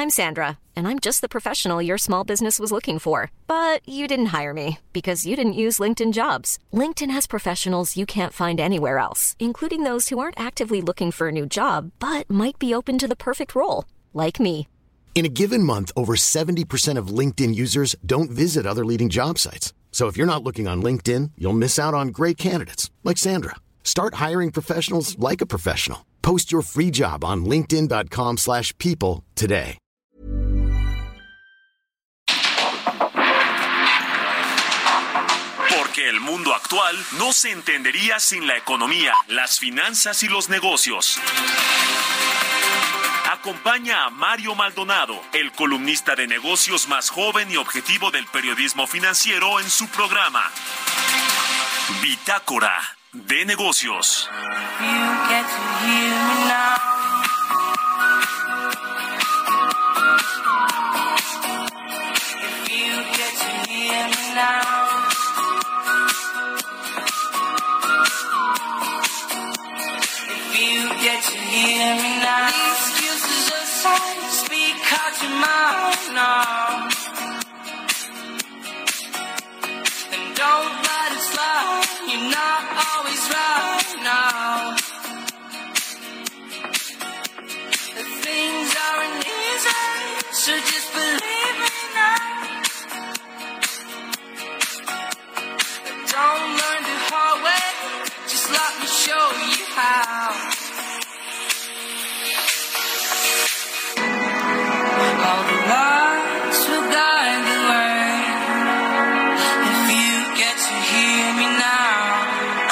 I'm Sandra, and I'm just the professional your small business was looking for. But you didn't hire me because you didn't use LinkedIn Jobs. LinkedIn has professionals you can't find anywhere else, including those who aren't actively looking for a new job, but might be open to the perfect role, like me. In a given month, over 70% of LinkedIn users don't visit other leading job sites. So if you're not looking on LinkedIn, you'll miss out on great candidates like Sandra. Start hiring professionals like a professional. Post your free job on linkedin.com/people today. Porque el mundo actual no se entendería sin la economía, las finanzas y los negocios. Acompaña a Mario Maldonado, el columnista de negocios más joven y objetivo del periodismo financiero, en su programa Bitácora de Negocios. Speak out your mouth now, and don't let it slide. You're not always right now. The things aren't easy, so just believe me now. Don't learn the hard way, just let me show you how. All the lights will guide the way. If you get to hear me now.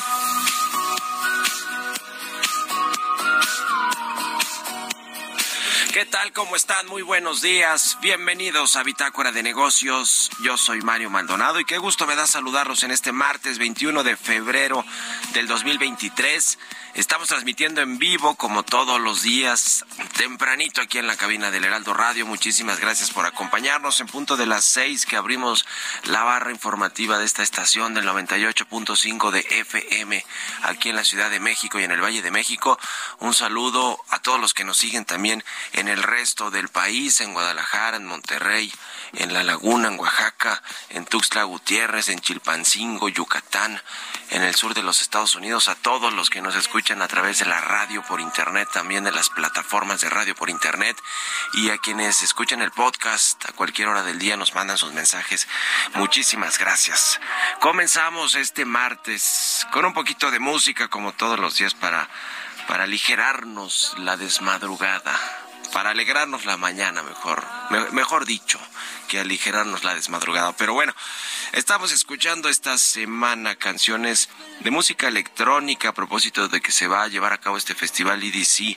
¿Qué tal? ¿Cómo están? Muy buenos días. Bienvenidos a Bitácora de Negocios. Yo soy Mario Maldonado y qué gusto me da saludarlos en este martes 21 de febrero del 2023. Estamos transmitiendo en vivo como todos los días, tempranito aquí en la cabina del Heraldo Radio. Muchísimas gracias por acompañarnos en punto de las 6 que abrimos la barra informativa de esta estación del 98.5 de FM aquí en la Ciudad de México y en el Valle de México. Un saludo a todos los que nos siguen también en el resto del país, en Guadalajara, en Monterrey, en La Laguna, en Oaxaca, en Tuxtla Gutiérrez, en Chilpancingo, Yucatán, en el sur de los Estados Unidos, a todos los que nos escuchan a través de la radio por internet, también de las plataformas de radio por internet, y a quienes escuchan el podcast a cualquier hora del día nos mandan sus mensajes. Muchísimas gracias. Comenzamos este martes con un poquito de música como todos los días para aligerarnos la desmadrugada, para alegrarnos la mañana, mejor dicho, que aligerarnos la desmadrugada. Pero bueno, estamos escuchando esta semana canciones de música electrónica a propósito de que se va a llevar a cabo este festival EDC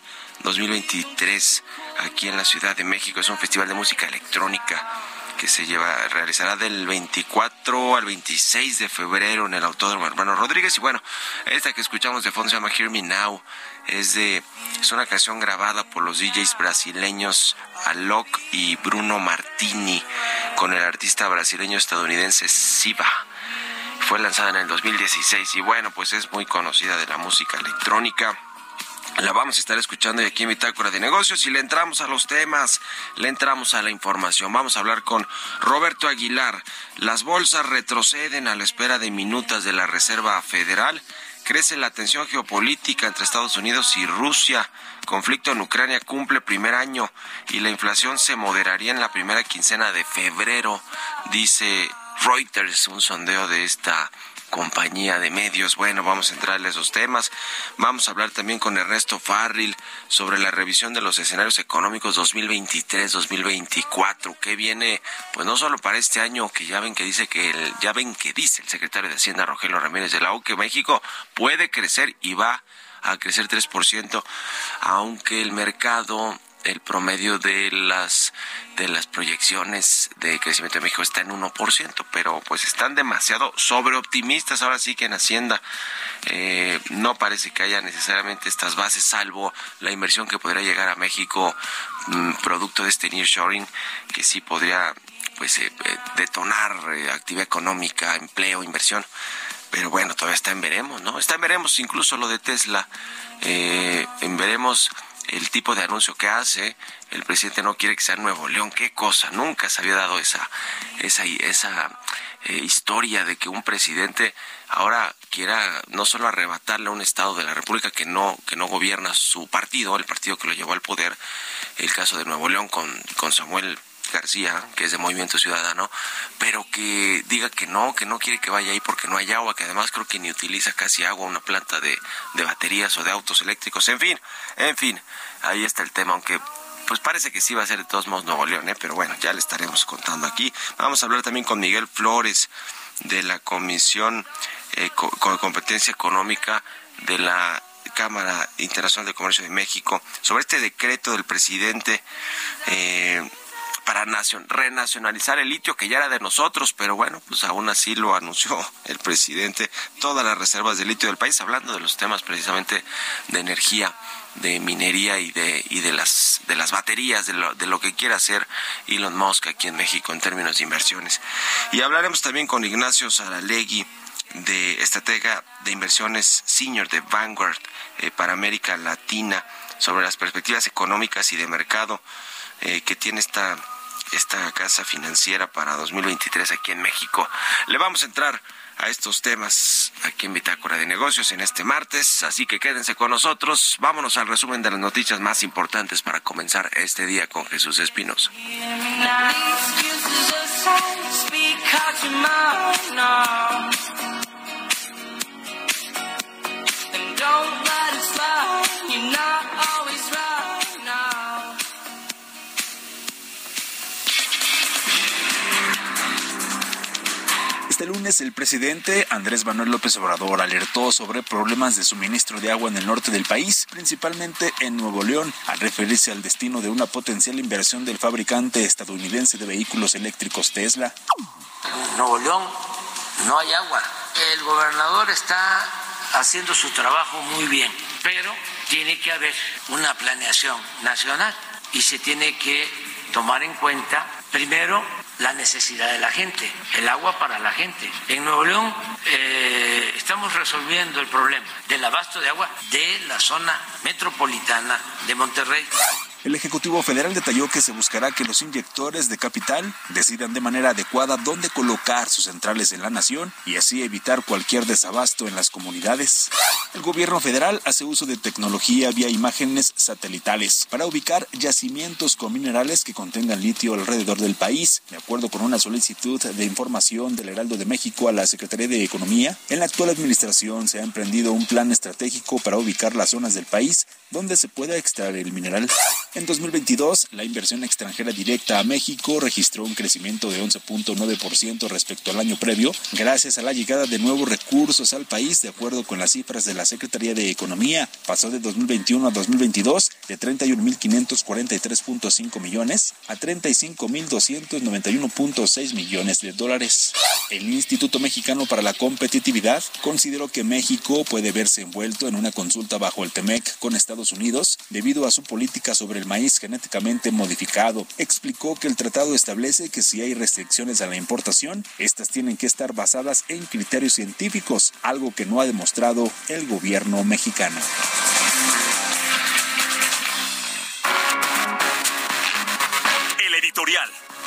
2023 aquí en la Ciudad de México. Es un festival de música electrónica que se realizará del 24 al 26 de febrero en el Autódromo Hermano Rodríguez. Y bueno, esta que escuchamos de fondo se llama Hear Me Now. Es una canción grabada por los DJs brasileños Alok y Bruno Martini con el artista brasileño estadounidense Siva. Fue lanzada en el 2016 y bueno, pues es muy conocida de la música electrónica. La vamos a estar escuchando aquí en Bitácora de Negocios y le entramos a los temas, le entramos a la información. Vamos a hablar con Roberto Aguilar. Las bolsas retroceden a la espera de minutas de la Reserva Federal. Crece la tensión geopolítica entre Estados Unidos y Rusia. Conflicto en Ucrania cumple primer año y la inflación se moderaría en la primera quincena de febrero, dice Reuters, un sondeo de esta compañía de medios. Bueno, vamos a entrarle a esos temas. Vamos a hablar también con Ernesto Farril sobre la revisión de los escenarios económicos 2023-2024, que viene, pues no solo para este año, que ya ven que dice el secretario de Hacienda Rogelio Ramírez de la O, que México puede crecer y va a crecer 3%, aunque el mercado, el promedio de las proyecciones de crecimiento de México está en 1%, pero pues están demasiado sobreoptimistas. Ahora sí que en Hacienda no parece que haya necesariamente estas bases, salvo la inversión que podría llegar a México producto de este nearshoring, que sí podría pues detonar actividad económica, empleo, inversión. Pero bueno, todavía está en veremos, ¿no? Está en veremos incluso lo de Tesla, en veremos el tipo de anuncio que hace. El presidente no quiere que sea Nuevo León. Qué cosa, nunca se había dado esa historia de que un presidente ahora quiera no solo arrebatarle a un estado de la República que no gobierna su partido, el partido que lo llevó al poder, el caso de Nuevo León con Samuel García, que es de Movimiento Ciudadano, pero que diga que no quiere que vaya ahí porque no hay agua, que además creo que ni utiliza casi agua, una planta de baterías o de autos eléctricos, en fin, ahí está el tema, aunque pues parece que sí va a ser de todos modos Nuevo León, pero bueno, ya le estaremos contando aquí. Vamos a hablar también con Miguel Flores de la Comisión con Competencia Económica de la Cámara Internacional de Comercio de México sobre este decreto del presidente para renacionalizar el litio, que ya era de nosotros, pero bueno, pues aún así lo anunció el presidente, todas las reservas de litio del país, hablando de los temas precisamente de energía, de minería y de las baterías, de lo que quiera hacer Elon Musk aquí en México en términos de inversiones. Y hablaremos también con Ignacio Saralegui, de estratega de inversiones senior de Vanguard para América Latina, sobre las perspectivas económicas y de mercado que tiene esta casa financiera para 2023 aquí en México. Le vamos a entrar a estos temas aquí en Bitácora de Negocios en este martes, así que quédense con nosotros. Vámonos al resumen de las noticias más importantes para comenzar este día con Jesús Espinosa. Este lunes, el presidente Andrés Manuel López Obrador alertó sobre problemas de suministro de agua en el norte del país, principalmente en Nuevo León, al referirse al destino de una potencial inversión del fabricante estadounidense de vehículos eléctricos Tesla. En Nuevo León no hay agua. El gobernador está haciendo su trabajo muy bien, pero tiene que haber una planeación nacional y se tiene que tomar en cuenta primero la necesidad de la gente, el agua para la gente. En Nuevo León estamos resolviendo el problema del abasto de agua de la zona metropolitana de Monterrey. El Ejecutivo Federal detalló que se buscará que los inyectores de capital decidan de manera adecuada dónde colocar sus centrales en la nación y así evitar cualquier desabasto en las comunidades. El gobierno federal hace uso de tecnología vía imágenes satelitales para ubicar yacimientos con minerales que contengan litio alrededor del país. De acuerdo con una solicitud de información del Heraldo de México a la Secretaría de Economía, en la actual administración se ha emprendido un plan estratégico para ubicar las zonas del país donde se pueda extraer el mineral. En 2022, la inversión extranjera directa a México registró un crecimiento de 11.9% respecto al año previo, gracias a la llegada de nuevos recursos al país, de acuerdo con las cifras de la Secretaría de Economía. Pasó de 2021 a 2022 de 31.543.5 millones a 35.291.6 millones de dólares. El Instituto Mexicano para la Competitividad consideró que México puede verse envuelto en una consulta bajo el TEMEC con Estados Unidos debido a su política sobre el maíz genéticamente modificado. Explicó que el tratado establece que si hay restricciones a la importación, estas tienen que estar basadas en criterios científicos, algo que no ha demostrado el gobierno mexicano. El editorial.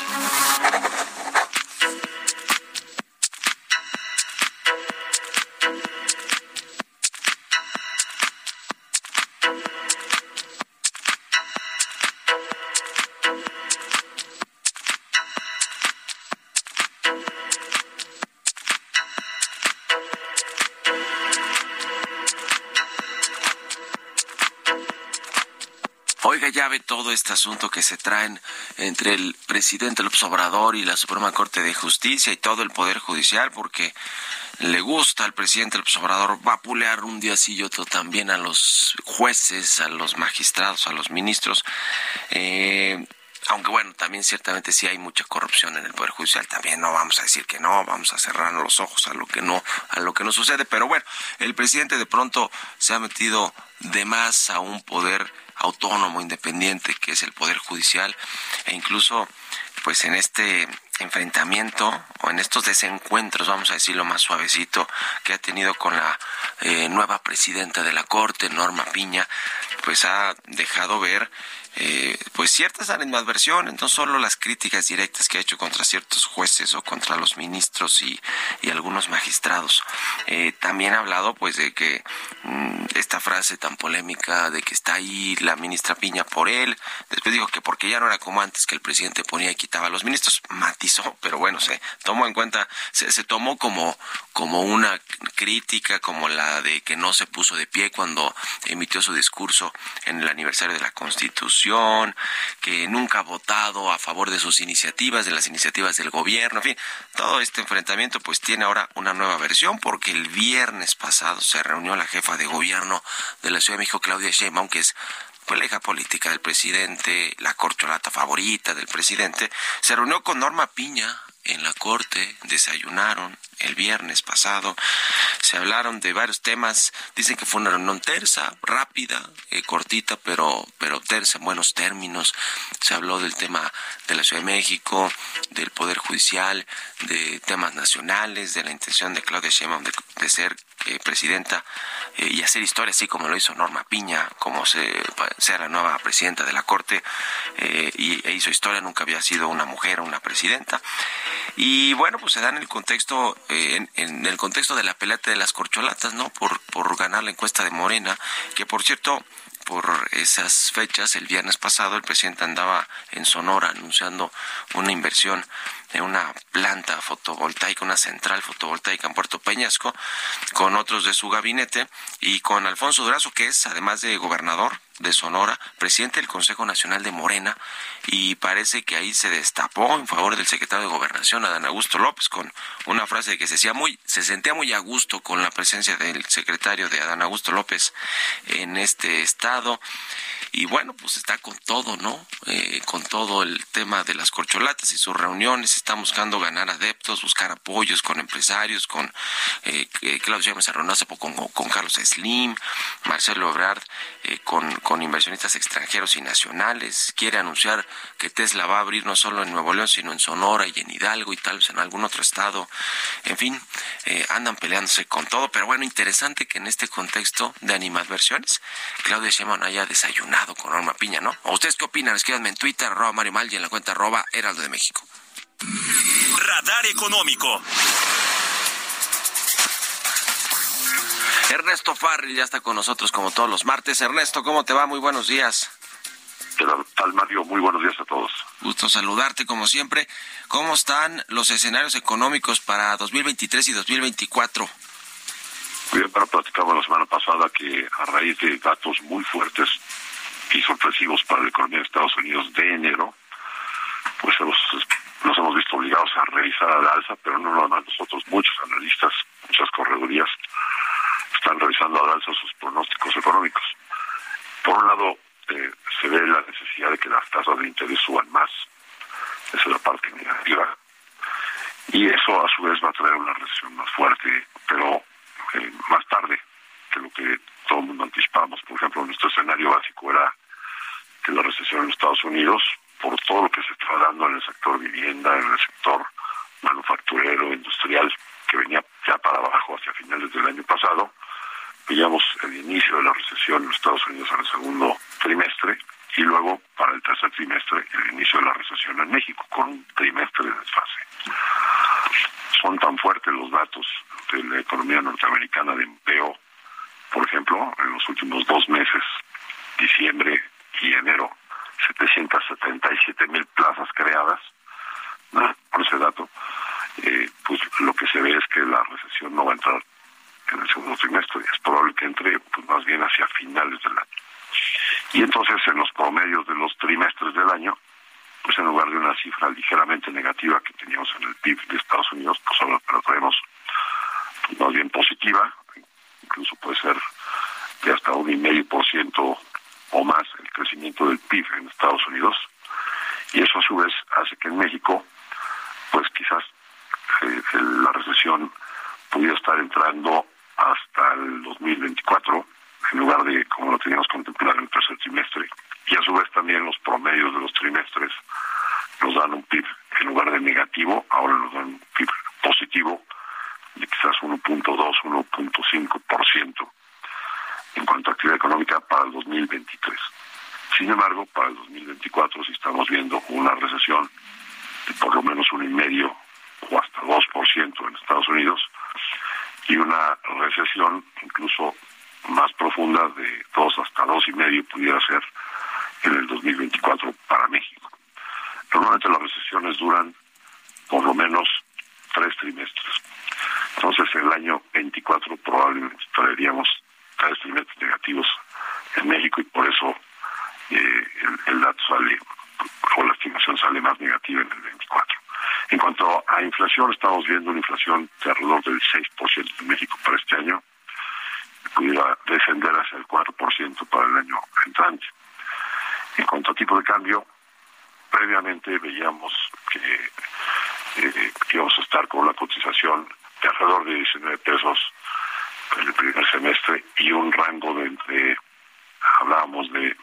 Oiga, ya ve todo este asunto que se traen entre el presidente López Obrador y la Suprema Corte de Justicia y todo el Poder Judicial, porque le gusta al presidente López Obrador vapulear un día sí y otro también a los jueces, a los magistrados, a los ministros. Aunque bueno, también ciertamente sí hay mucha corrupción en el Poder Judicial, también no vamos a decir que no, vamos a cerrar los ojos a lo que no sucede, pero bueno, el presidente de pronto se ha metido de más a un poder autónomo, independiente, que es el Poder Judicial, e incluso pues en este enfrentamiento o en estos desencuentros, vamos a decirlo más suavecito, que ha tenido con la nueva presidenta de la Corte, Norma Piña, pues ha dejado ver pues ciertas animadversiones, no solo las críticas directas que ha hecho contra ciertos jueces o contra los ministros y algunos magistrados. También ha hablado pues de que esta frase tan polémica de que está ahí la ministra Piña por él, después dijo que porque ya no era como antes, que el presidente ponía y quitaba a los ministros, matizó, pero bueno, se tomó en cuenta, se tomó como una crítica, como la de que no se puso de pie cuando emitió su discurso en el aniversario de la Constitución, que nunca ha votado a favor de sus iniciativas, de las iniciativas del gobierno, en fin, todo este enfrentamiento pues tiene ahora una nueva versión, porque el viernes pasado se reunió la jefa de gobierno de la Ciudad de México, Claudia Sheinbaum, que es colega política del presidente, la corcholata favorita del presidente, se reunió con Norma Piña en la Corte, desayunaron el viernes pasado, se hablaron de varios temas, dicen que fue una reunión tersa, rápida, cortita, pero tersa, en buenos términos. Se habló del tema de la Ciudad de México, del Poder Judicial, de temas nacionales, de la intención de Claudia Sheinbaum de ser presidenta y hacer historia, así como lo hizo Norma Piña, como sea la nueva presidenta de la Corte, e hizo historia, nunca había sido una mujer una presidenta. Y bueno, pues se da en el contexto, en el contexto de la pelea de las corcholatas, ¿no? Por ganar la encuesta de Morena, que por cierto, por esas fechas, el viernes pasado, el presidente andaba en Sonora anunciando una inversión en una planta fotovoltaica, una central fotovoltaica en Puerto Peñasco, con otros de su gabinete y con Alfonso Durazo, que es, además de gobernador de Sonora, presidente del Consejo Nacional de Morena, y parece que ahí se destapó en favor del secretario de Gobernación, Adán Augusto López, con una frase que se sentía muy a gusto con la presencia del secretario de Adán Augusto López en este estado. Y bueno, pues está con todo, ¿no? Con todo el tema de las corcholatas y sus reuniones, está buscando ganar adeptos, buscar apoyos con empresarios, con Claudio Sheinbaum se reunió hace poco con Carlos Slim, Marcelo Ebrard, con inversionistas extranjeros y nacionales. Quiere anunciar que Tesla va a abrir no solo en Nuevo León, sino en Sonora y en Hidalgo y tal vez en algún otro estado. En fin, andan peleándose con todo, pero bueno, interesante que en este contexto de animadversiones, Claudia Sheinbaum haya desayunado con Norma Piña, ¿no? ¿O ustedes qué opinan? Escríbanme en Twitter, @Mario Mal, y en la cuenta @Heraldo de México. Radar Económico. Ernesto Farril ya está con nosotros como todos los martes. Ernesto, ¿cómo te va? Muy buenos días. ¿Qué tal, Mario? Muy buenos días a todos. Gusto saludarte como siempre. ¿Cómo están los escenarios económicos para 2023 y 2024? Bien, pero platicamos la semana pasada que a raíz de datos muy fuertes y sorpresivos para la economía de Estados Unidos de enero, pues nos hemos visto obligados a revisar al alza, pero no nada más nosotros, muchos analistas, muchas corredurías están revisando al alza sus pronósticos económicos. Por un lado, se ve la necesidad de que las tasas de interés suban más, esa es la parte negativa, y eso a su vez va a traer una recesión más fuerte, pero más tarde que lo que todo el mundo anticipábamos. Por ejemplo, nuestro escenario básico era que la recesión en Estados Unidos, por todo lo que se está dando en el sector vivienda, en el sector manufacturero, industrial, que venía ya para abajo hacia finales del año pasado, veíamos el inicio de la recesión en Estados Unidos en el segundo trimestre y luego para el tercer trimestre el inicio de la recesión en México, con un trimestre de desfase. Son tan fuertes los datos de la economía norteamericana de empleo, por ejemplo, en los últimos 2 meses, diciembre y enero, 777,000 plazas creadas, ¿no? Por ese dato, pues lo que se ve es que la recesión no va a entrar en el segundo trimestre, es probable que entre pues más bien hacia finales del año. Y entonces en los promedios de los trimestres del año, pues en lugar de una cifra ligeramente negativa que teníamos en el PIB de Estados Unidos, pues ahora la traemos pues más bien positiva, incluso puede ser de hasta 1,5% o más el crecimiento del PIB en Estados Unidos, y eso a su vez hace que en México pues quizás la recesión pudiera estar entrando hasta el 2024 en lugar de como lo teníamos contemplado en el tercer trimestre, y a su vez también los promedios de los trimestres nos dan dan un PIB en lugar de negativo, ahora nos dan un PIB positivo de quizás 1.2, 1.5% en cuanto a actividad económica para el 2023. Sin embargo, para el 2024 sí estamos viendo una recesión de por lo menos 1,5% o hasta 2% en Estados Unidos y una recesión incluso más profunda de 2 hasta 2,5% pudiera ser en el 2024 para México. Normalmente las recesiones duran por lo menos 3 trimestres. Entonces el año 24 probablemente traeríamos 3 trimestres negativos en México y por eso el dato sale, o la estimación sale más negativa en el 24. En cuanto a inflación, estamos viendo una inflación de alrededor del 6% en México para este año, pudiera descender hacia el 4% para el año entrante. En cuanto a tipo de cambio, previamente veíamos que íbamos a estar con una cotización de alrededor de 19 pesos en el primer semestre y un rango de hablábamos de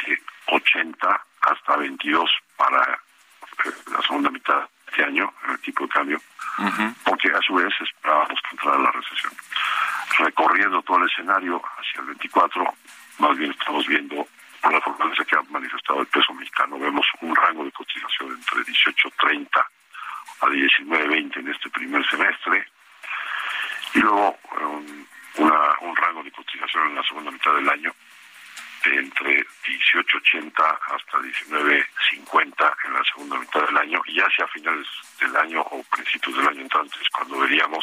20.80 hasta 22 para la segunda mitad de este año en el tipo de cambio, porque a su vez esperábamos que entrara la recesión. Recorriendo todo el escenario hacia el 24, más bien estamos viendo, por la fortaleza que ha manifestado el peso mexicano, vemos un rango de cotización entre 18.30 a 19.20 en este primer semestre, y luego un rango de cotización en la segunda mitad del año de entre 18.80 hasta 19.50 en la segunda mitad del año, y hacia finales del año o principios del año entrante es cuando veríamos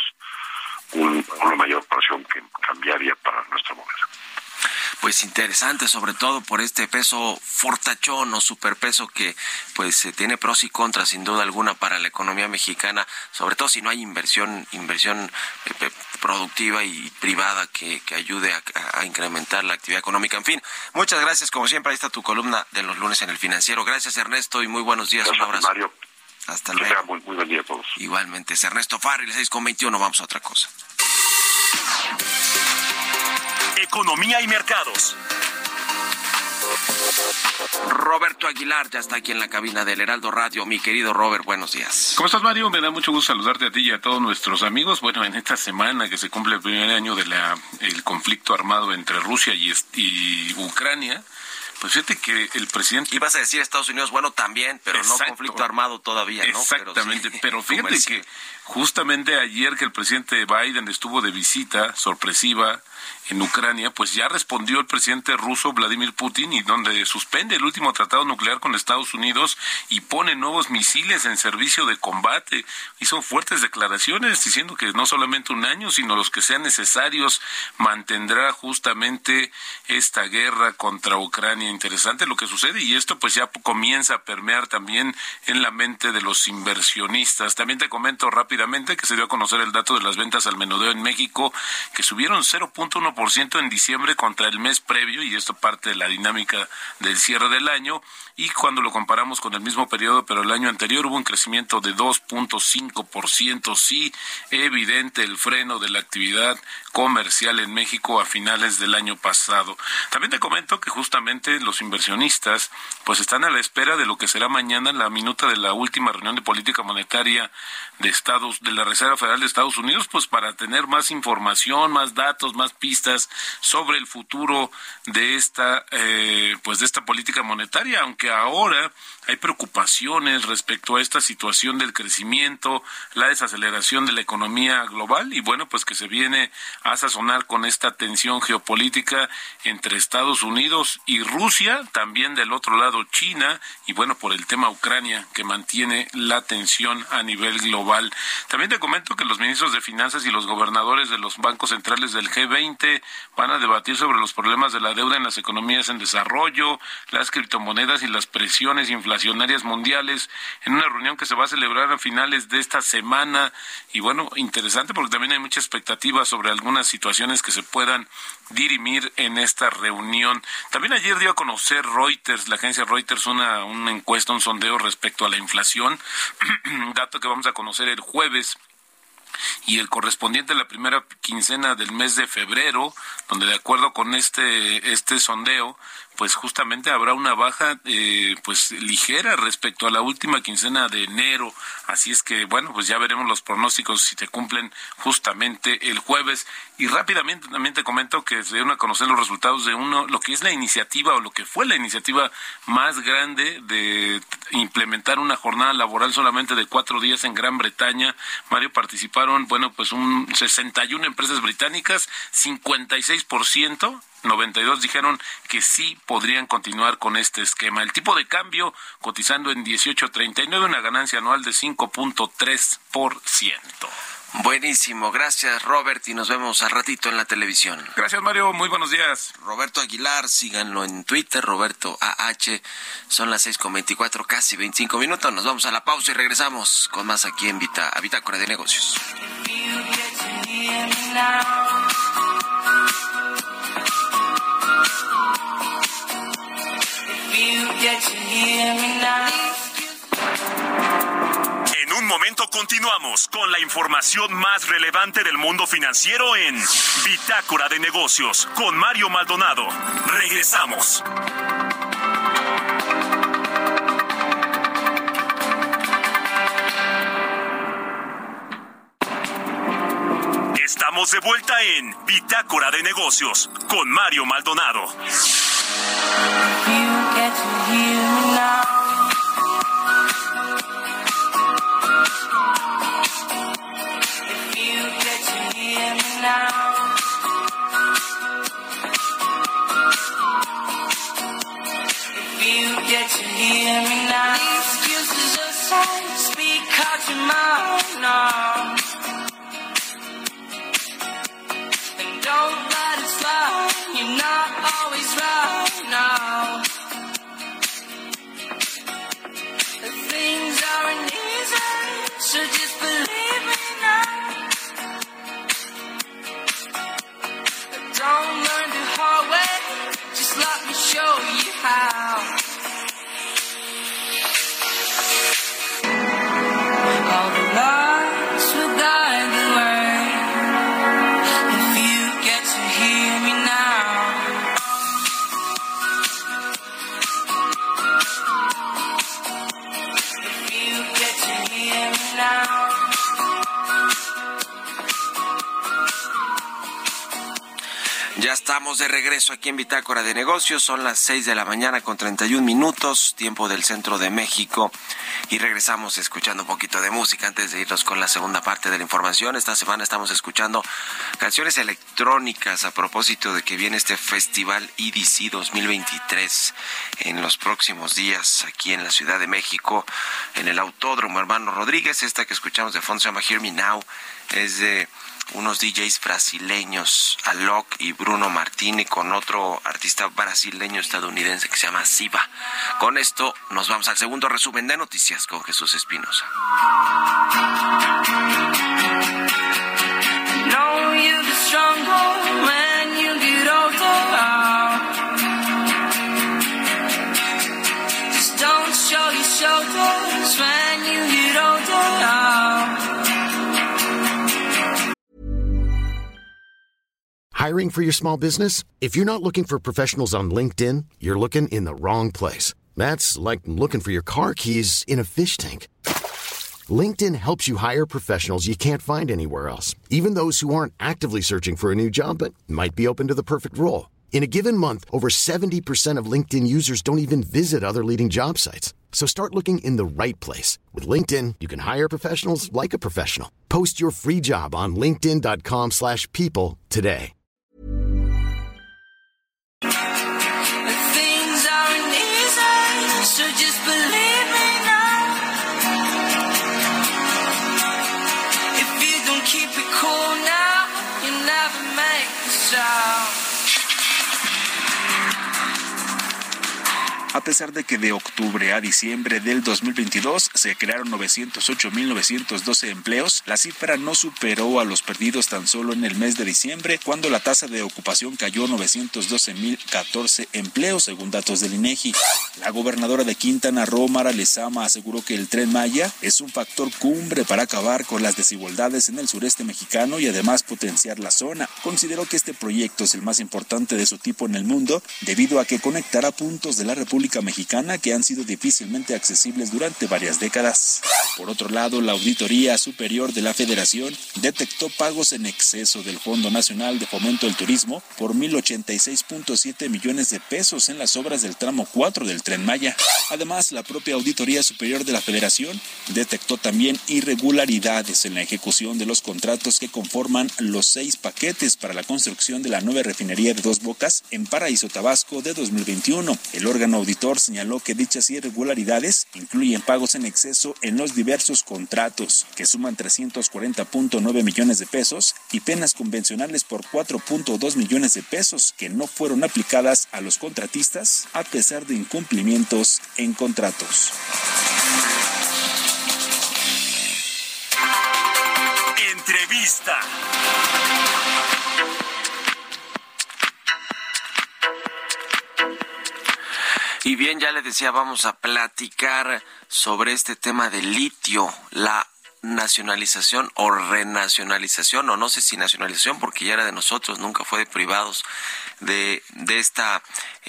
una mayor presión que cambiaría para nuestra moneda. Pues interesante, sobre todo por este peso fortachón o superpeso que pues tiene pros y contras sin duda alguna para la economía mexicana, sobre todo si no hay inversión productiva y privada que ayude a incrementar la actividad económica. En fin, muchas gracias, como siempre, ahí está tu columna de los lunes en El Financiero. Gracias, Ernesto, y muy buenos días. Gracias, un abrazo. Mario. Hasta luego. Muy buen día a todos. Igualmente, es Ernesto Farril, 6:21, vamos a otra cosa. Economía y mercados. Roberto Aguilar ya está aquí en la cabina del Heraldo Radio. Mi querido Robert, buenos días. ¿Cómo estás, Mario? Me da mucho gusto saludarte a ti y a todos nuestros amigos. Bueno, en esta semana que se cumple el primer año de el conflicto armado entre Rusia y Ucrania, pues fíjate que el presidente... Ibas a decir Estados Unidos, bueno, también, pero Exacto. No conflicto armado todavía, ¿no? Exactamente, pero fíjate comercial. que justamente ayer que el presidente Biden estuvo de visita sorpresiva en Ucrania, pues ya respondió el presidente ruso Vladimir Putin, y donde suspende el último tratado nuclear con Estados Unidos y pone nuevos misiles en servicio de combate. Hizo fuertes declaraciones diciendo que no solamente un año, sino los que sean necesarios mantendrá justamente esta guerra contra Ucrania. Interesante lo que sucede, y esto pues ya comienza a permear también en la mente de los inversionistas. También te comento rápidamente que se dio a conocer el dato de las ventas al menudeo en México, que subieron 0.1% en diciembre contra el mes previo, y esto parte de la dinámica del cierre del año, y cuando lo comparamos con el mismo periodo pero el año anterior hubo un crecimiento de 2.5%. Sí, evidente el freno de la actividad comercial en México a finales del año pasado. También te comento que justamente los inversionistas pues están a la espera de lo que será mañana la minuta de la última reunión de política monetaria de la Reserva Federal de Estados Unidos, pues para tener más información, más datos, más pistas sobre el futuro de esta política monetaria, aunque ahora hay preocupaciones respecto a esta situación del crecimiento, la desaceleración de la economía global, y bueno, pues que se viene a sazonar con esta tensión geopolítica entre Estados Unidos y Rusia, también del otro lado China, y bueno, por el tema Ucrania, que mantiene la tensión a nivel global. También te comento que los ministros de Finanzas y los gobernadores de los bancos centrales del G20 van a debatir sobre los problemas de la deuda en las economías en desarrollo, las criptomonedas y las presiones inflacionarias mundiales, en una reunión que se va a celebrar a finales de esta semana. Y bueno, interesante porque también hay mucha expectativa sobre algunas situaciones que se puedan dirimir en esta reunión. También ayer dio a conocer Reuters, la agencia Reuters, una encuesta, un sondeo respecto a la inflación, dato que vamos a conocer el jueves, y el correspondiente a la primera quincena del mes de febrero, donde de acuerdo con este sondeo, pues justamente habrá una baja pues ligera respecto a la última quincena de enero. Así es que, bueno, pues ya veremos los pronósticos si se cumplen justamente el jueves. Y rápidamente también te comento que se dieron a conocer los resultados de lo que es la iniciativa o lo que fue la iniciativa más grande de implementar una jornada laboral solamente de 4 días en Gran Bretaña. Mario, participaron, bueno, pues 61 empresas británicas, 56%. 92 dijeron que sí podrían continuar con este esquema. El tipo de cambio cotizando en 18.39, una ganancia anual de 5.3%. Buenísimo, gracias Robert y nos vemos al ratito en la televisión. Gracias Mario, muy buenos días. Roberto Aguilar, síganlo en Twitter, Roberto AH, son las 6:24, casi 25 minutos, nos vamos a la pausa y regresamos con más aquí en Bitácora de Negocios. En un momento continuamos con la información más relevante del mundo financiero en Bitácora de Negocios con Mario Maldonado. Regresamos. Estamos de vuelta en Bitácora de Negocios con Mario Maldonado. Ya estamos de regreso aquí en Bitácora de Negocios, son las 6 de la mañana con 31 minutos, tiempo del centro de México, y regresamos escuchando un poquito de música antes de irnos con la segunda parte de la información. Esta semana estamos escuchando canciones electrónicas a propósito de que viene este Festival EDC 2023 en los próximos días aquí en la Ciudad de México, en el Autódromo Hermano Rodríguez. Esta que escuchamos de fondo se llama Hear Me Now, es de unos DJs brasileños, Alok y Bruno Martini, con otro artista brasileño estadounidense que se llama Siva. Con esto nos vamos al segundo resumen de noticias con Jesús Espinosa. Hiring for your small business? If you're not looking for professionals on LinkedIn, you're looking in the wrong place. That's like looking for your car keys in a fish tank. LinkedIn helps you hire professionals you can't find anywhere else, even those who aren't actively searching for a new job but might be open to the perfect role. In a given month, over 70% of LinkedIn users don't even visit other leading job sites. So start looking in the right place. With LinkedIn, you can hire professionals like a professional. Post your free job on linkedin.com/people today. So just believe me now. If you don't keep it cool now, you never make the sound. pesar de que de octubre a diciembre del 2022 se crearon 908.912 empleos, la cifra no superó a los perdidos tan solo en el mes de diciembre, cuando la tasa de ocupación cayó 912.014 empleos, según datos del INEGI. La gobernadora de Quintana Roo, Mara Lezama, aseguró que el Tren Maya es un factor cumbre para acabar con las desigualdades en el sureste mexicano y además potenciar la zona. Consideró que este proyecto es el más importante de su tipo en el mundo, debido a que conectará puntos de la República Mexicana que han sido difícilmente accesibles durante varias décadas. Por otro lado, la Auditoría Superior de la Federación detectó pagos en exceso del Fondo Nacional de Fomento del Turismo por 1,086.7 millones de pesos en las obras del tramo 4 del Tren Maya. Además, la propia Auditoría Superior de la Federación detectó también irregularidades en la ejecución de los contratos que conforman los 6 paquetes para la construcción de la nueva refinería de Dos Bocas en Paraíso, Tabasco, de 2021. El órgano auditor señaló que dichas irregularidades incluyen pagos en exceso en los diversos contratos, que suman 340.9 millones de pesos, y penas convencionales por 4.2 millones de pesos que no fueron aplicadas a los contratistas a pesar de incumplimientos en contratos. Entrevista. Y bien, ya les decía, vamos a platicar sobre este tema del litio, la nacionalización o renacionalización, o no sé si nacionalización, porque ya era de nosotros, nunca fue de privados, de estas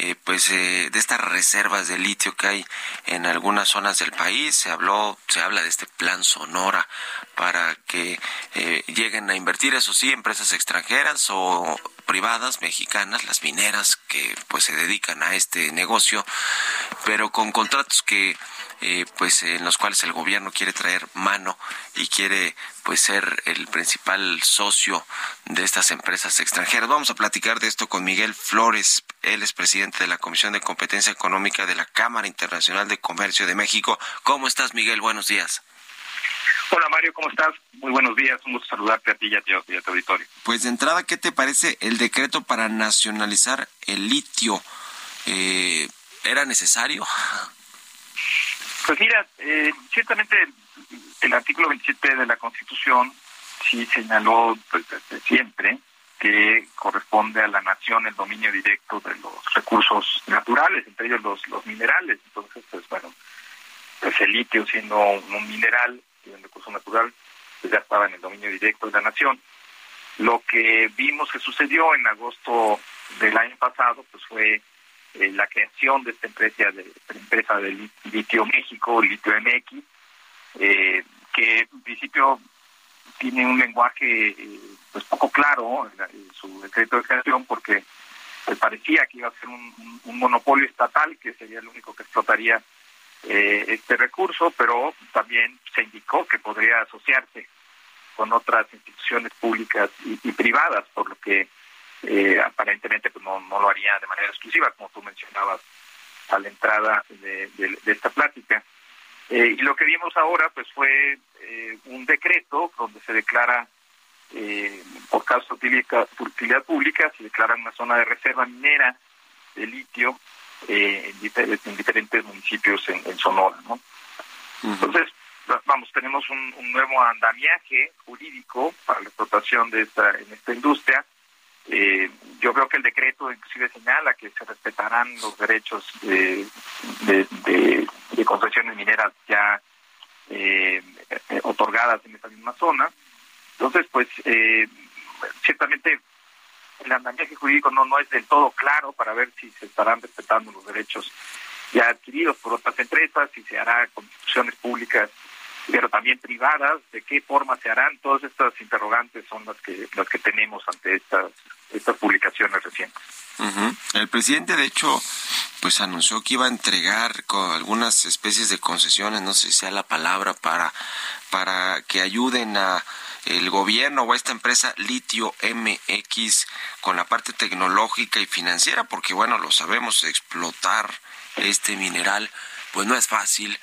reservas de litio que hay en algunas zonas del país. Se habla de este plan Sonora para que lleguen a invertir, eso sí, empresas extranjeras o privadas mexicanas, las mineras que pues se dedican a este negocio, pero con contratos que en los cuales el gobierno quiere traer mano y quiere pues ser el principal socio de estas empresas extranjeras. Vamos a platicar de esto con Miguel Flores. Él es presidente de la Comisión de Competencia Económica de la Cámara Internacional de Comercio de México. ¿Cómo estás, Miguel? Buenos días. Hola, Mario, ¿cómo estás? Muy buenos días, un gusto saludarte a ti y a tu auditorio. Pues de entrada, ¿qué te parece el decreto para nacionalizar el litio? ¿Era necesario? Pues mira, ciertamente el artículo 27 de la Constitución sí señaló pues, desde siempre que corresponde a la nación el dominio directo de los recursos naturales, entre ellos los minerales. Entonces, pues bueno, pues el litio, siendo un mineral y un recurso natural, pues ya estaba en el dominio directo de la nación. Lo que vimos que sucedió en agosto del año pasado pues fue la creación de esta empresa de Litio México, Litio MX, que en principio tiene un lenguaje pues poco claro en su decreto de creación, porque pues parecía que iba a ser un monopolio estatal que sería el único que explotaría este recurso, pero también se indicó que podría asociarse con otras instituciones públicas y privadas, por lo que aparentemente pues no lo haría de manera exclusiva, como tú mencionabas a la entrada de esta plática. Y lo que vimos ahora pues fue un decreto donde se declara por causa de utilidad pública, se declara una zona de reserva minera de litio en diferentes municipios en Sonora, ¿no? Uh-huh. Entonces, vamos, tenemos un nuevo andamiaje jurídico para la explotación en esta industria. Yo creo que el decreto inclusive señala que se respetarán los derechos de concesiones mineras ya otorgadas en esta misma zona. Entonces, pues, ciertamente el andamiaje jurídico no es del todo claro para ver si se estarán respetando los derechos ya adquiridos por otras empresas, si se hará con instituciones públicas, pero también privadas, de qué forma se harán. Todas estas interrogantes son las que tenemos ante estas publicaciones recientes. Uh-huh. El presidente, de hecho, pues anunció que iba a entregar con algunas especies de concesiones, no sé si sea la palabra, para que ayuden a el gobierno o a esta empresa Litio MX con la parte tecnológica y financiera, porque bueno, lo sabemos, explotar este mineral pues no es fácil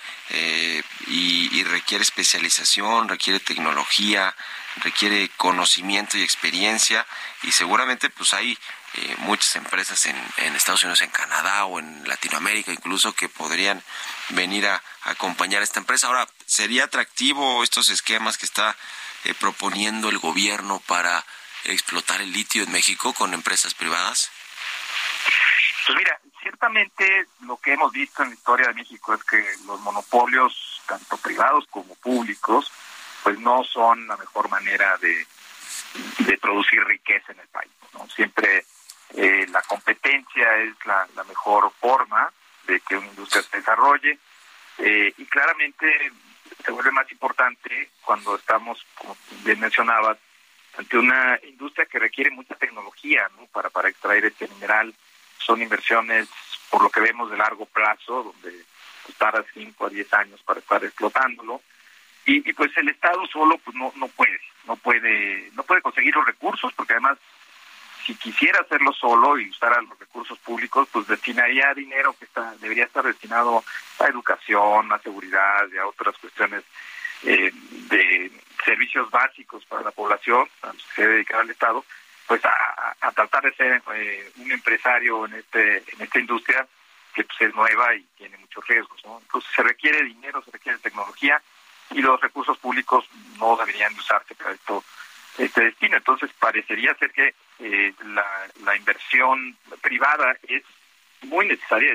y requiere especialización, requiere tecnología, requiere conocimiento y experiencia, y seguramente pues hay muchas empresas en Estados Unidos, en Canadá o en Latinoamérica incluso, que podrían venir a acompañar a esta empresa. Ahora, ¿sería atractivo estos esquemas que está proponiendo el gobierno para explotar el litio en México con empresas privadas? Pues mira, ciertamente lo que hemos visto en la historia de México es que los monopolios, tanto privados como públicos, pues no son la mejor manera de producir riqueza en el país, ¿no? Siempre la competencia es la mejor forma de que una industria se desarrolle, y claramente se vuelve más importante cuando estamos, como bien mencionabas, ante una industria que requiere mucha tecnología, ¿no? para extraer este mineral. Son inversiones, por lo que vemos, de largo plazo, donde tarda 5 a 10 años para estar explotándolo, y pues el Estado solo pues no puede conseguir los recursos, porque además, si quisiera hacerlo solo y usar los recursos públicos, pues destinaría dinero que debería estar destinado a educación, a seguridad y a otras cuestiones de servicios básicos para la población, a los que se debe dedicar al Estado, pues a tratar de ser un empresario en esta industria que pues es nueva y tiene muchos riesgos, ¿no? Entonces se requiere dinero, se requiere tecnología, y los recursos públicos no deberían usarse para este destino. Entonces parecería ser que la inversión privada es muy necesaria,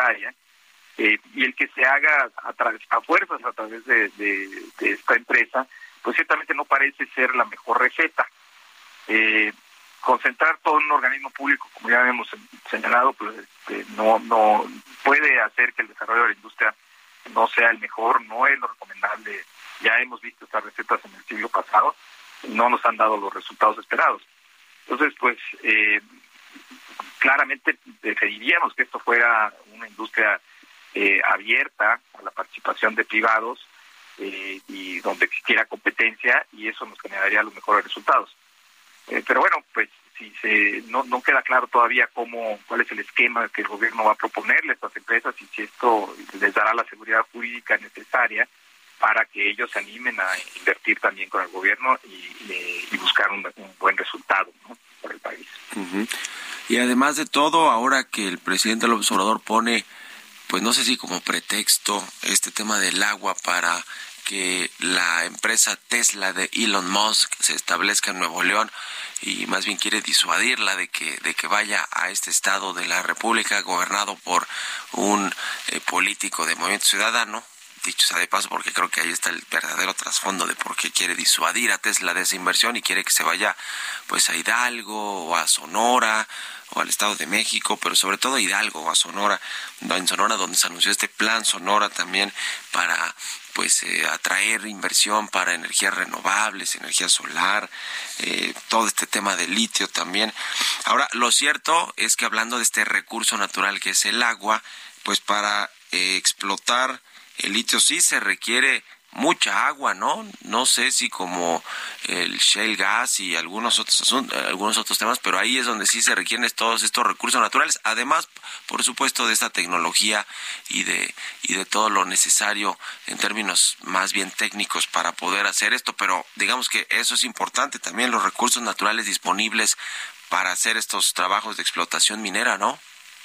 y el que se haga a fuerzas a través de esta empresa, pues ciertamente no parece ser la mejor receta. Concentrar todo en un organismo público, como ya hemos señalado, pues no puede hacer que el desarrollo de la industria no sea el mejor, no es lo recomendable. Ya hemos visto estas recetas en el siglo pasado, no nos han dado los resultados esperados. Entonces, pues claramente preferiríamos que esto fuera una industria abierta a la participación de privados, y donde existiera competencia, y eso nos generaría los mejores resultados. Pero bueno, pues si no queda claro todavía cuál es el esquema que el gobierno va a proponerle a estas empresas, y si esto les dará la seguridad jurídica necesaria para que ellos se animen a invertir también con el gobierno y buscar un buen resultado, ¿no?, para el país. Uh-huh. Y además de todo, ahora que el presidente López Obrador pone, pues no sé si como pretexto, este tema del agua para que la empresa Tesla de Elon Musk se establezca en Nuevo León, y más bien quiere disuadirla de que vaya a este estado de la República gobernado por un político de Movimiento Ciudadano, dicho sea de paso, porque creo que ahí está el verdadero trasfondo de por qué quiere disuadir a Tesla de esa inversión, y quiere que se vaya pues a Hidalgo o a Sonora o al Estado de México, pero sobre todo a Hidalgo o a Sonora, en Sonora donde se anunció este plan Sonora también para pues atraer inversión para energías renovables, energía solar, todo este tema de litio también. Ahora, lo cierto es que hablando de este recurso natural que es el agua, pues para explotar el litio sí se requiere mucha agua, ¿no? No sé si como el shale gas y algunos otros temas, pero ahí es donde sí se requieren todos estos recursos naturales, además, por supuesto, de esta tecnología y de todo lo necesario en términos más bien técnicos para poder hacer esto, pero digamos que eso es importante también, los recursos naturales disponibles para hacer estos trabajos de explotación minera, ¿no?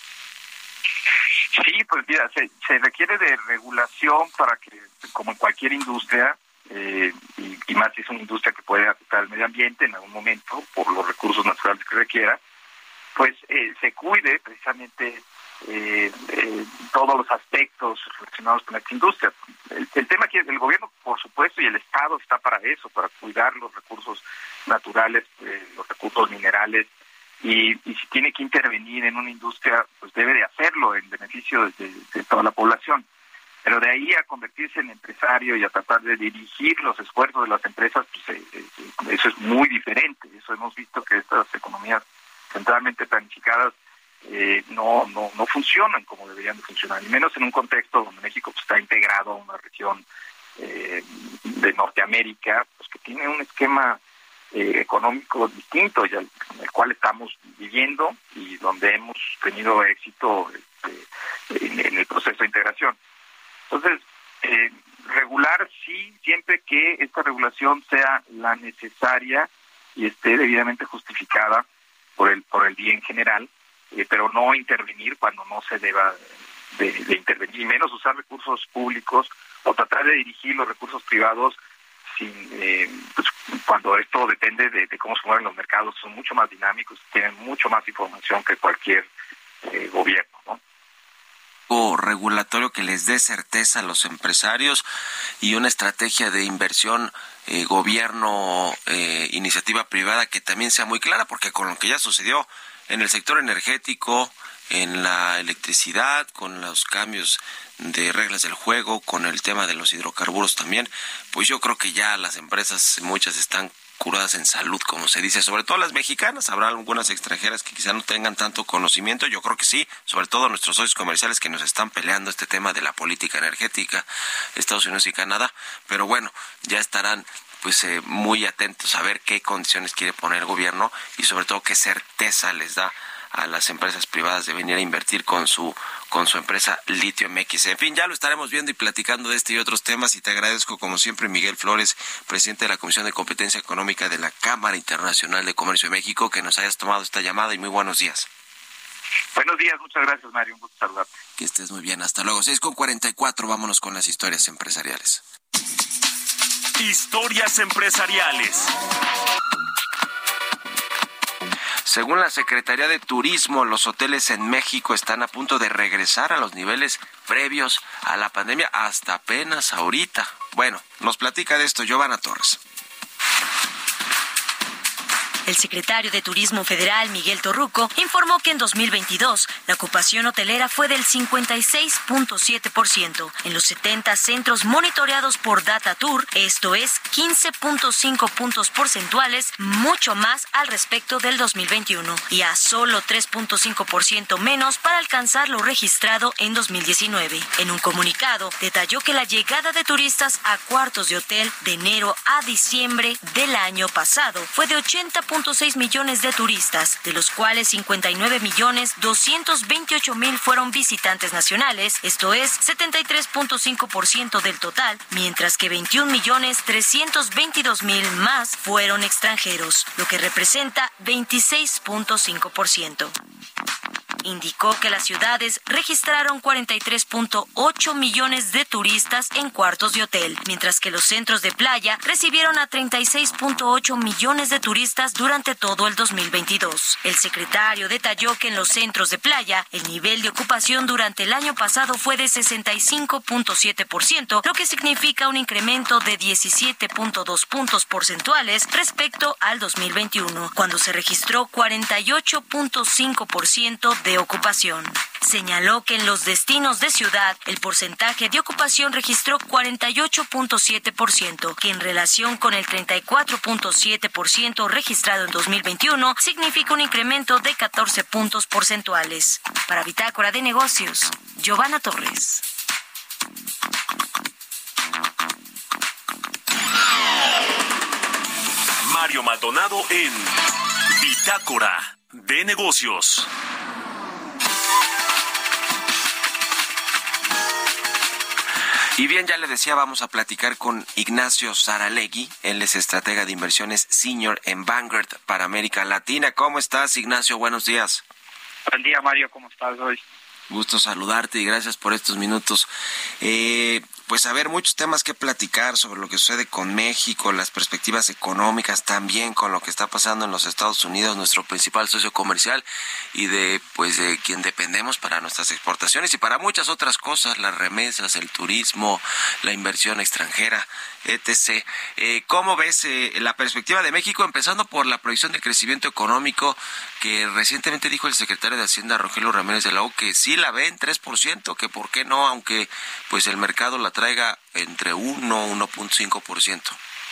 Sí, pues mira, se requiere de regulación para que, como en cualquier industria, y más si es una industria que puede afectar al medio ambiente en algún momento por los recursos naturales que requiera, pues se cuide precisamente todos los aspectos relacionados con esta industria. El tema aquí es el gobierno, por supuesto, y el Estado está para eso, para cuidar los recursos naturales, los recursos minerales, y si tiene que intervenir en una industria, pues debe de hacerlo en beneficio de toda la población. Pero de ahí a convertirse en empresario y a tratar de dirigir los esfuerzos de las empresas, pues eso es muy diferente. Eso hemos visto que estas economías centralmente planificadas no funcionan como deberían de funcionar, y menos en un contexto donde México pues, está integrado a una región de Norteamérica, pues que tiene un esquema económico distinto y en el cual estamos viviendo y donde hemos tenido éxito en el proceso de integración. Entonces, regular sí, siempre que esta regulación sea la necesaria y esté debidamente justificada, por el bien general, pero no intervenir cuando no se deba de intervenir, y menos usar recursos públicos o tratar de dirigir los recursos privados pues, cuando esto depende de cómo se mueven los mercados. Son mucho más dinámicos, tienen mucho más información que cualquier gobierno, ¿no? O regulatorio que les dé certeza a los empresarios y una estrategia de inversión gobierno, iniciativa privada que también sea muy clara, porque con lo que ya sucedió en el sector energético, en la electricidad, con los cambios de reglas del juego, con el tema de los hidrocarburos también, pues yo creo que ya las empresas, muchas están curadas en salud, como se dice, sobre todo las mexicanas. Habrá algunas extranjeras que quizá no tengan tanto conocimiento, yo creo que sí, sobre todo nuestros socios comerciales que nos están peleando este tema de la política energética, Estados Unidos y Canadá, pero bueno, ya estarán pues muy atentos a ver qué condiciones quiere poner el gobierno y sobre todo qué certeza les da a las empresas privadas de venir a invertir con su empresa Litio MX. En fin, ya lo estaremos viendo y platicando de este y otros temas, y te agradezco como siempre, Miguel Flores, presidente de la Comisión de Competencia Económica de la Cámara Internacional de Comercio de México, que nos hayas tomado esta llamada, y muy buenos días. Buenos días, muchas gracias, Mario, un gusto saludarte. Que estés muy bien, hasta luego. 6:44, vámonos con las historias empresariales. Historias empresariales. Según la Secretaría de Turismo, los hoteles en México están a punto de regresar a los niveles previos a la pandemia hasta apenas ahorita. Bueno, nos platica de esto Giovanna Torres. El secretario de Turismo Federal, Miguel Torruco, informó que en 2022 la ocupación hotelera fue del 56.7%. En los 70 centros monitoreados por DataTour, esto es 15.5 puntos porcentuales, mucho más al respecto del 2021, y a solo 3.5% menos para alcanzar lo registrado en 2019. En un comunicado, detalló que la llegada de turistas a cuartos de hotel de enero a diciembre del año pasado fue de 80.6 millones de turistas, de los cuales 59.228.000 fueron visitantes nacionales, esto es 73.5% del total, mientras que 21.322.000 más fueron extranjeros, lo que representa 26.5%. Indicó que las ciudades registraron 43.8 millones de turistas en cuartos de hotel, mientras que los centros de playa recibieron a 36.8 millones de turistas durante todo el 2022. El secretario detalló que en los centros de playa el nivel de ocupación durante el año pasado fue de 65.7%, lo que significa un incremento de 17.2 puntos porcentuales respecto al 2021, cuando se registró 48.5% de ocupación. Señaló que en los destinos de ciudad el porcentaje de ocupación registró 48.7%, que en relación con el 34.7% registrado en 2021 significa un incremento de 14 puntos porcentuales. Para Bitácora de Negocios, Giovanna Torres. Mario Maldonado en Bitácora de Negocios. Y bien, ya le decía, vamos a platicar con Ignacio Saralegui. Él es estratega de inversiones senior en Vanguard para América Latina. ¿Cómo estás, Ignacio? Buenos días. Buen día, Mario, ¿cómo estás hoy? Gusto saludarte y gracias por estos minutos. Pues a ver, muchos temas que platicar sobre lo que sucede con México, las perspectivas económicas, también con lo que está pasando en los Estados Unidos, nuestro principal socio comercial, y de quien dependemos para nuestras exportaciones y para muchas otras cosas, las remesas, el turismo, la inversión extranjera, etc. ¿Cómo ves la perspectiva de México, empezando por la proyección de crecimiento económico que recientemente dijo el secretario de Hacienda, Rogelio Ramírez de la O, que sí la ve en 3%, que por qué no, aunque pues el mercado la traiga entre 1.5%?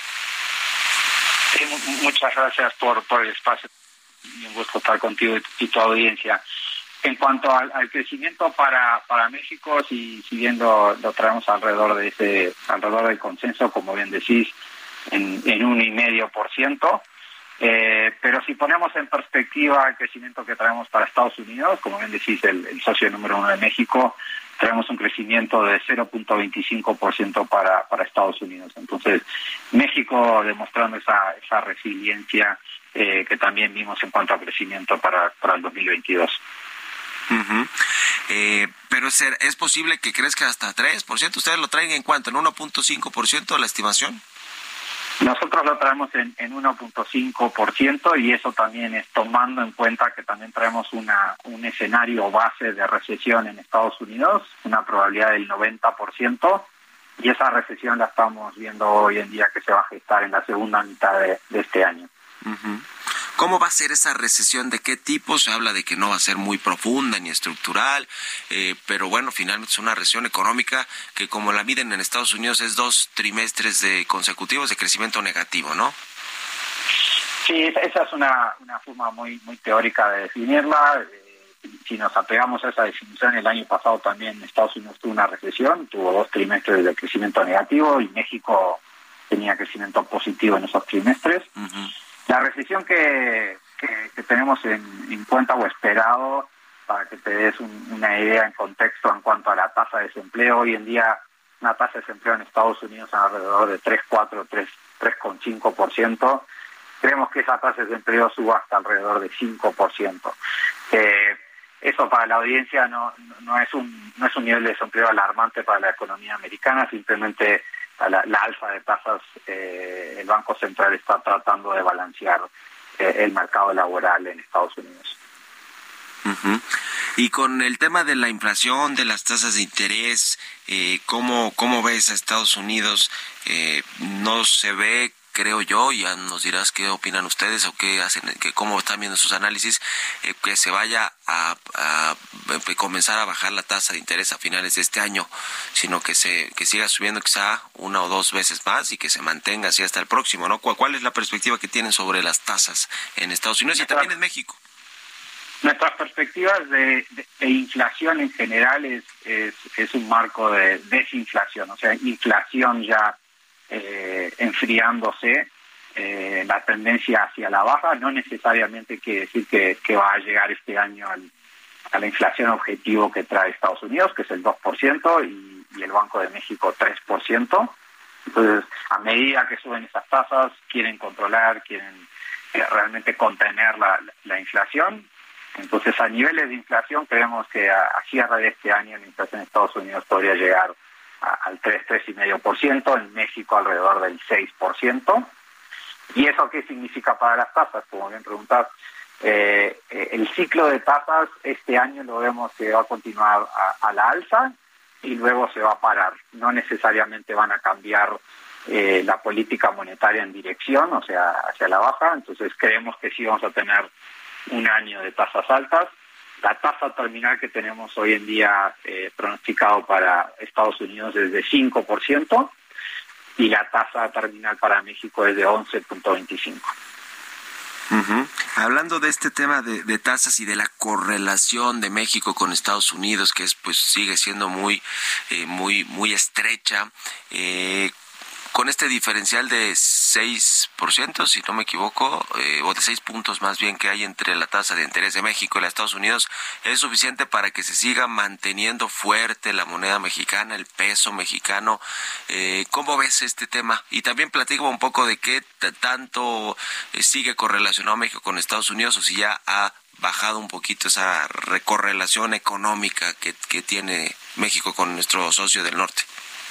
Sí, muchas gracias por el espacio. Un gusto estar contigo y tu audiencia. En cuanto al crecimiento para México, si bien lo traemos alrededor del consenso, como bien decís, en 1.5%, Pero si ponemos en perspectiva el crecimiento que traemos para Estados Unidos, como bien decís, el socio número 1 de México, traemos un crecimiento de 0.25% para Estados Unidos. Entonces, México demostrando esa resiliencia que también vimos en cuanto a crecimiento para el 2022. Uh-huh. Pero es posible que crezca hasta 3%. ¿Ustedes lo traen en cuánto? ¿En 1.5% la estimación? Nosotros lo traemos en 1.5%, y eso también es tomando en cuenta que también traemos un escenario base de recesión en Estados Unidos, una probabilidad del 90%, y esa recesión la estamos viendo hoy en día que se va a gestar en la segunda mitad de este año. Uh-huh. ¿Cómo va a ser esa recesión? ¿De qué tipo? Se habla de que no va a ser muy profunda ni estructural, pero bueno, finalmente es una recesión económica que, como la miden en Estados Unidos, es 2 trimestres consecutivos de crecimiento negativo, ¿no? Sí, esa es una forma muy teórica de definirla. Si nos apegamos a esa definición, el año pasado también Estados Unidos tuvo una recesión, tuvo 2 trimestres de crecimiento negativo, y México tenía crecimiento positivo en esos trimestres. Uh-huh. La recesión que tenemos en cuenta o esperado, para que te des una idea en contexto en cuanto a la tasa de desempleo, hoy en día una tasa de desempleo en Estados Unidos alrededor de 3.5%. Creemos que esa tasa de desempleo suba hasta alrededor de 5%. Eso para la audiencia no es un nivel de desempleo alarmante para la economía americana, simplemente la alza de tasas, el Banco Central está tratando de balancear el mercado laboral en Estados Unidos. Uh-huh. Y con el tema de la inflación, de las tasas de interés, ¿cómo ves a Estados Unidos? No se ve, creo yo, ya nos dirás qué opinan ustedes o qué hacen, cómo están viendo sus análisis, que se vaya a comenzar a bajar la tasa de interés a finales de este año, sino que siga subiendo quizá 1 o 2 veces más y que se mantenga así hasta el próximo, ¿no? ¿Cuál es la perspectiva que tienen sobre las tasas en Estados Unidos y también en México? Nuestras perspectivas de inflación en general es un marco de desinflación, o sea, inflación ya enfriándose, la tendencia hacia la baja. No necesariamente quiere decir que va a llegar este año a la inflación objetivo que trae Estados Unidos, que es el 2%, y el Banco de México 3%. Entonces, a medida que suben esas tasas, quieren realmente contener la inflación. Entonces, a niveles de inflación, creemos que a cierre de este año la inflación en Estados Unidos podría llegar al 3,5%, en México alrededor del 6%. ¿Y eso qué significa para las tasas? Como bien preguntás, el ciclo de tasas este año lo vemos que va a continuar a la alza y luego se va a parar. No necesariamente van a cambiar la política monetaria en dirección, o sea, hacia la baja. Entonces creemos que sí vamos a tener un año de tasas altas. La tasa terminal que tenemos hoy en día pronosticado para Estados Unidos es de 5% y la tasa terminal para México es de 11.25%. Uh-huh. Hablando de este tema de tasas y de la correlación de México con Estados Unidos, que sigue siendo muy estrecha, con este diferencial de 6%, si no me equivoco, o de 6 puntos más bien que hay entre la tasa de interés de México y la de Estados Unidos, ¿es suficiente para que se siga manteniendo fuerte la moneda mexicana, el peso mexicano? ¿Cómo ves este tema? Y también platícame un poco de qué tanto sigue correlacionado México con Estados Unidos, o si ya ha bajado un poquito esa correlación económica que tiene México con nuestro socio del norte.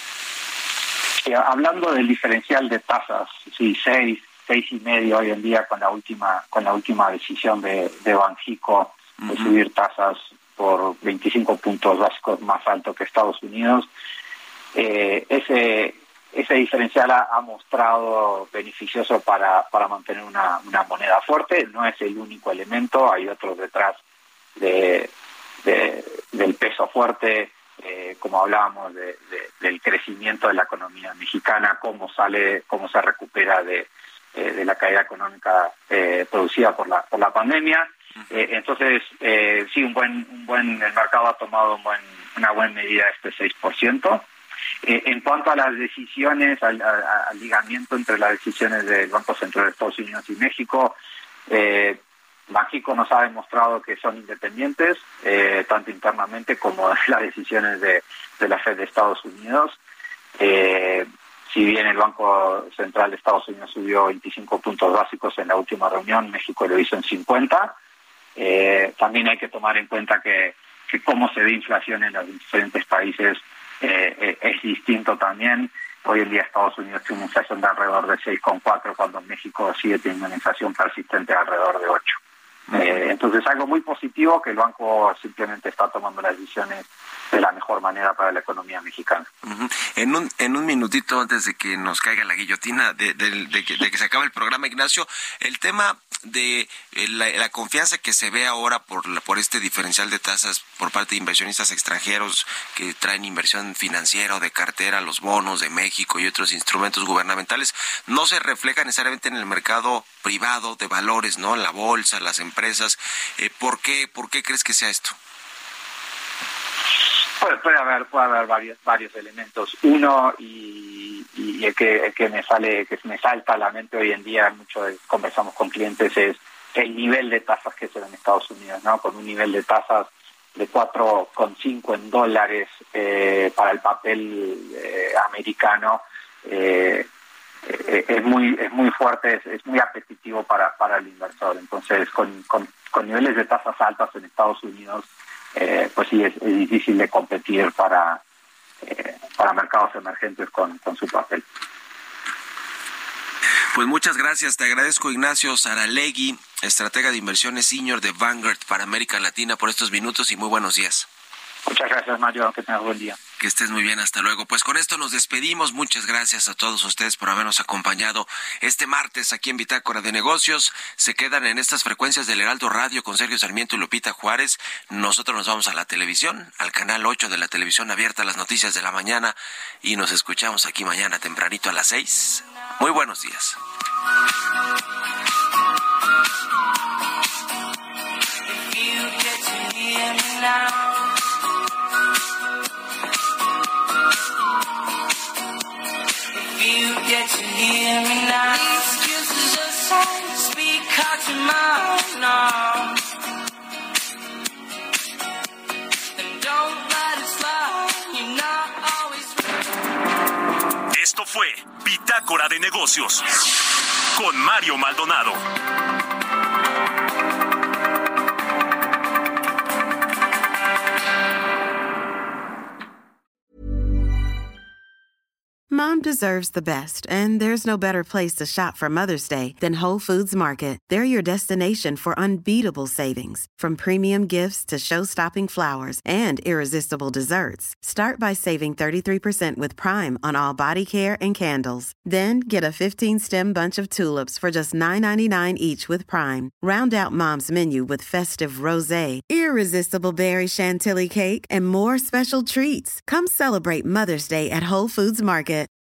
Hablando del diferencial de tasas, sí, 6.5 hoy en día con la última decisión de Banxico de subir tasas por 25 puntos básicos más alto que Estados Unidos. Ese diferencial ha mostrado beneficioso para mantener una moneda fuerte. No es el único elemento, hay otros detrás del peso fuerte. Como hablábamos del crecimiento de la economía mexicana, cómo se recupera de la caída económica producida por la pandemia. Entonces, sí, el mercado ha tomado una buena medida este 6%. En cuanto a las decisiones, al ligamiento entre las decisiones del Banco Central de Estados Unidos y México, Banxico nos ha demostrado que son independientes, tanto internamente como las decisiones de la Fed de Estados Unidos. Si bien el Banco Central de Estados Unidos subió 25 puntos básicos en la última reunión, México lo hizo en 50. También hay que tomar en cuenta que cómo se ve inflación en los diferentes países es distinto también. Hoy en día Estados Unidos tiene una inflación de alrededor de 6,4, cuando México sigue teniendo una inflación persistente de alrededor de 8. Entonces, algo muy positivo, que el banco simplemente está tomando las decisiones de la mejor manera para la economía mexicana. En un minutito antes de que nos caiga la guillotina de que se acabe el programa, Ignacio, el tema de la confianza que se ve ahora por este diferencial de tasas por parte de inversionistas extranjeros que traen inversión financiera o de cartera, los bonos de México y otros instrumentos gubernamentales, no se refleja necesariamente en el mercado privado de valores, ¿no? En la bolsa, las empresas. ¿Por qué crees que sea esto? Puede haber varios elementos. Uno, y el que me salta a la mente hoy en día, mucho conversamos con clientes, es el nivel de tasas que se da en Estados Unidos, ¿no? Con un nivel de tasas de 4,5 en dólares para el papel americano, es muy fuerte, es muy apetitivo para el inversor. Entonces, con niveles de tasas altas en Estados Unidos, pues sí, es difícil de competir para mercados emergentes con su papel. Pues muchas gracias, te agradezco, Ignacio Saralegui, estratega de inversiones senior de Vanguard para América Latina, por estos minutos y muy buenos días. Muchas gracias, Mario, que tengas buen día. Que estés muy bien, hasta luego. Pues con esto nos despedimos. Muchas gracias a todos ustedes por habernos acompañado este martes aquí en Bitácora de Negocios. Se quedan en estas frecuencias del Heraldo Radio con Sergio Sarmiento y Lupita Juárez. Nosotros nos vamos a la televisión, al canal 8 de la televisión abierta, las noticias de la mañana, y nos escuchamos aquí mañana tempranito a las 6. Muy buenos días. You get to hear me now. The excuses are sad, speak out your mind now. And don't let it slide, you're not always. Esto fue Bitácora de Negocios con Mario Maldonado. Mom deserves the best, and there's no better place to shop for Mother's Day than Whole Foods Market. They're your destination for unbeatable savings, from premium gifts to show-stopping flowers and irresistible desserts. Start by saving 33% with Prime on all body care and candles. Then get a 15-stem bunch of tulips for just $9.99 each with Prime. Round out Mom's menu with festive rosé, irresistible berry chantilly cake, and more special treats. Come celebrate Mother's Day at Whole Foods Market.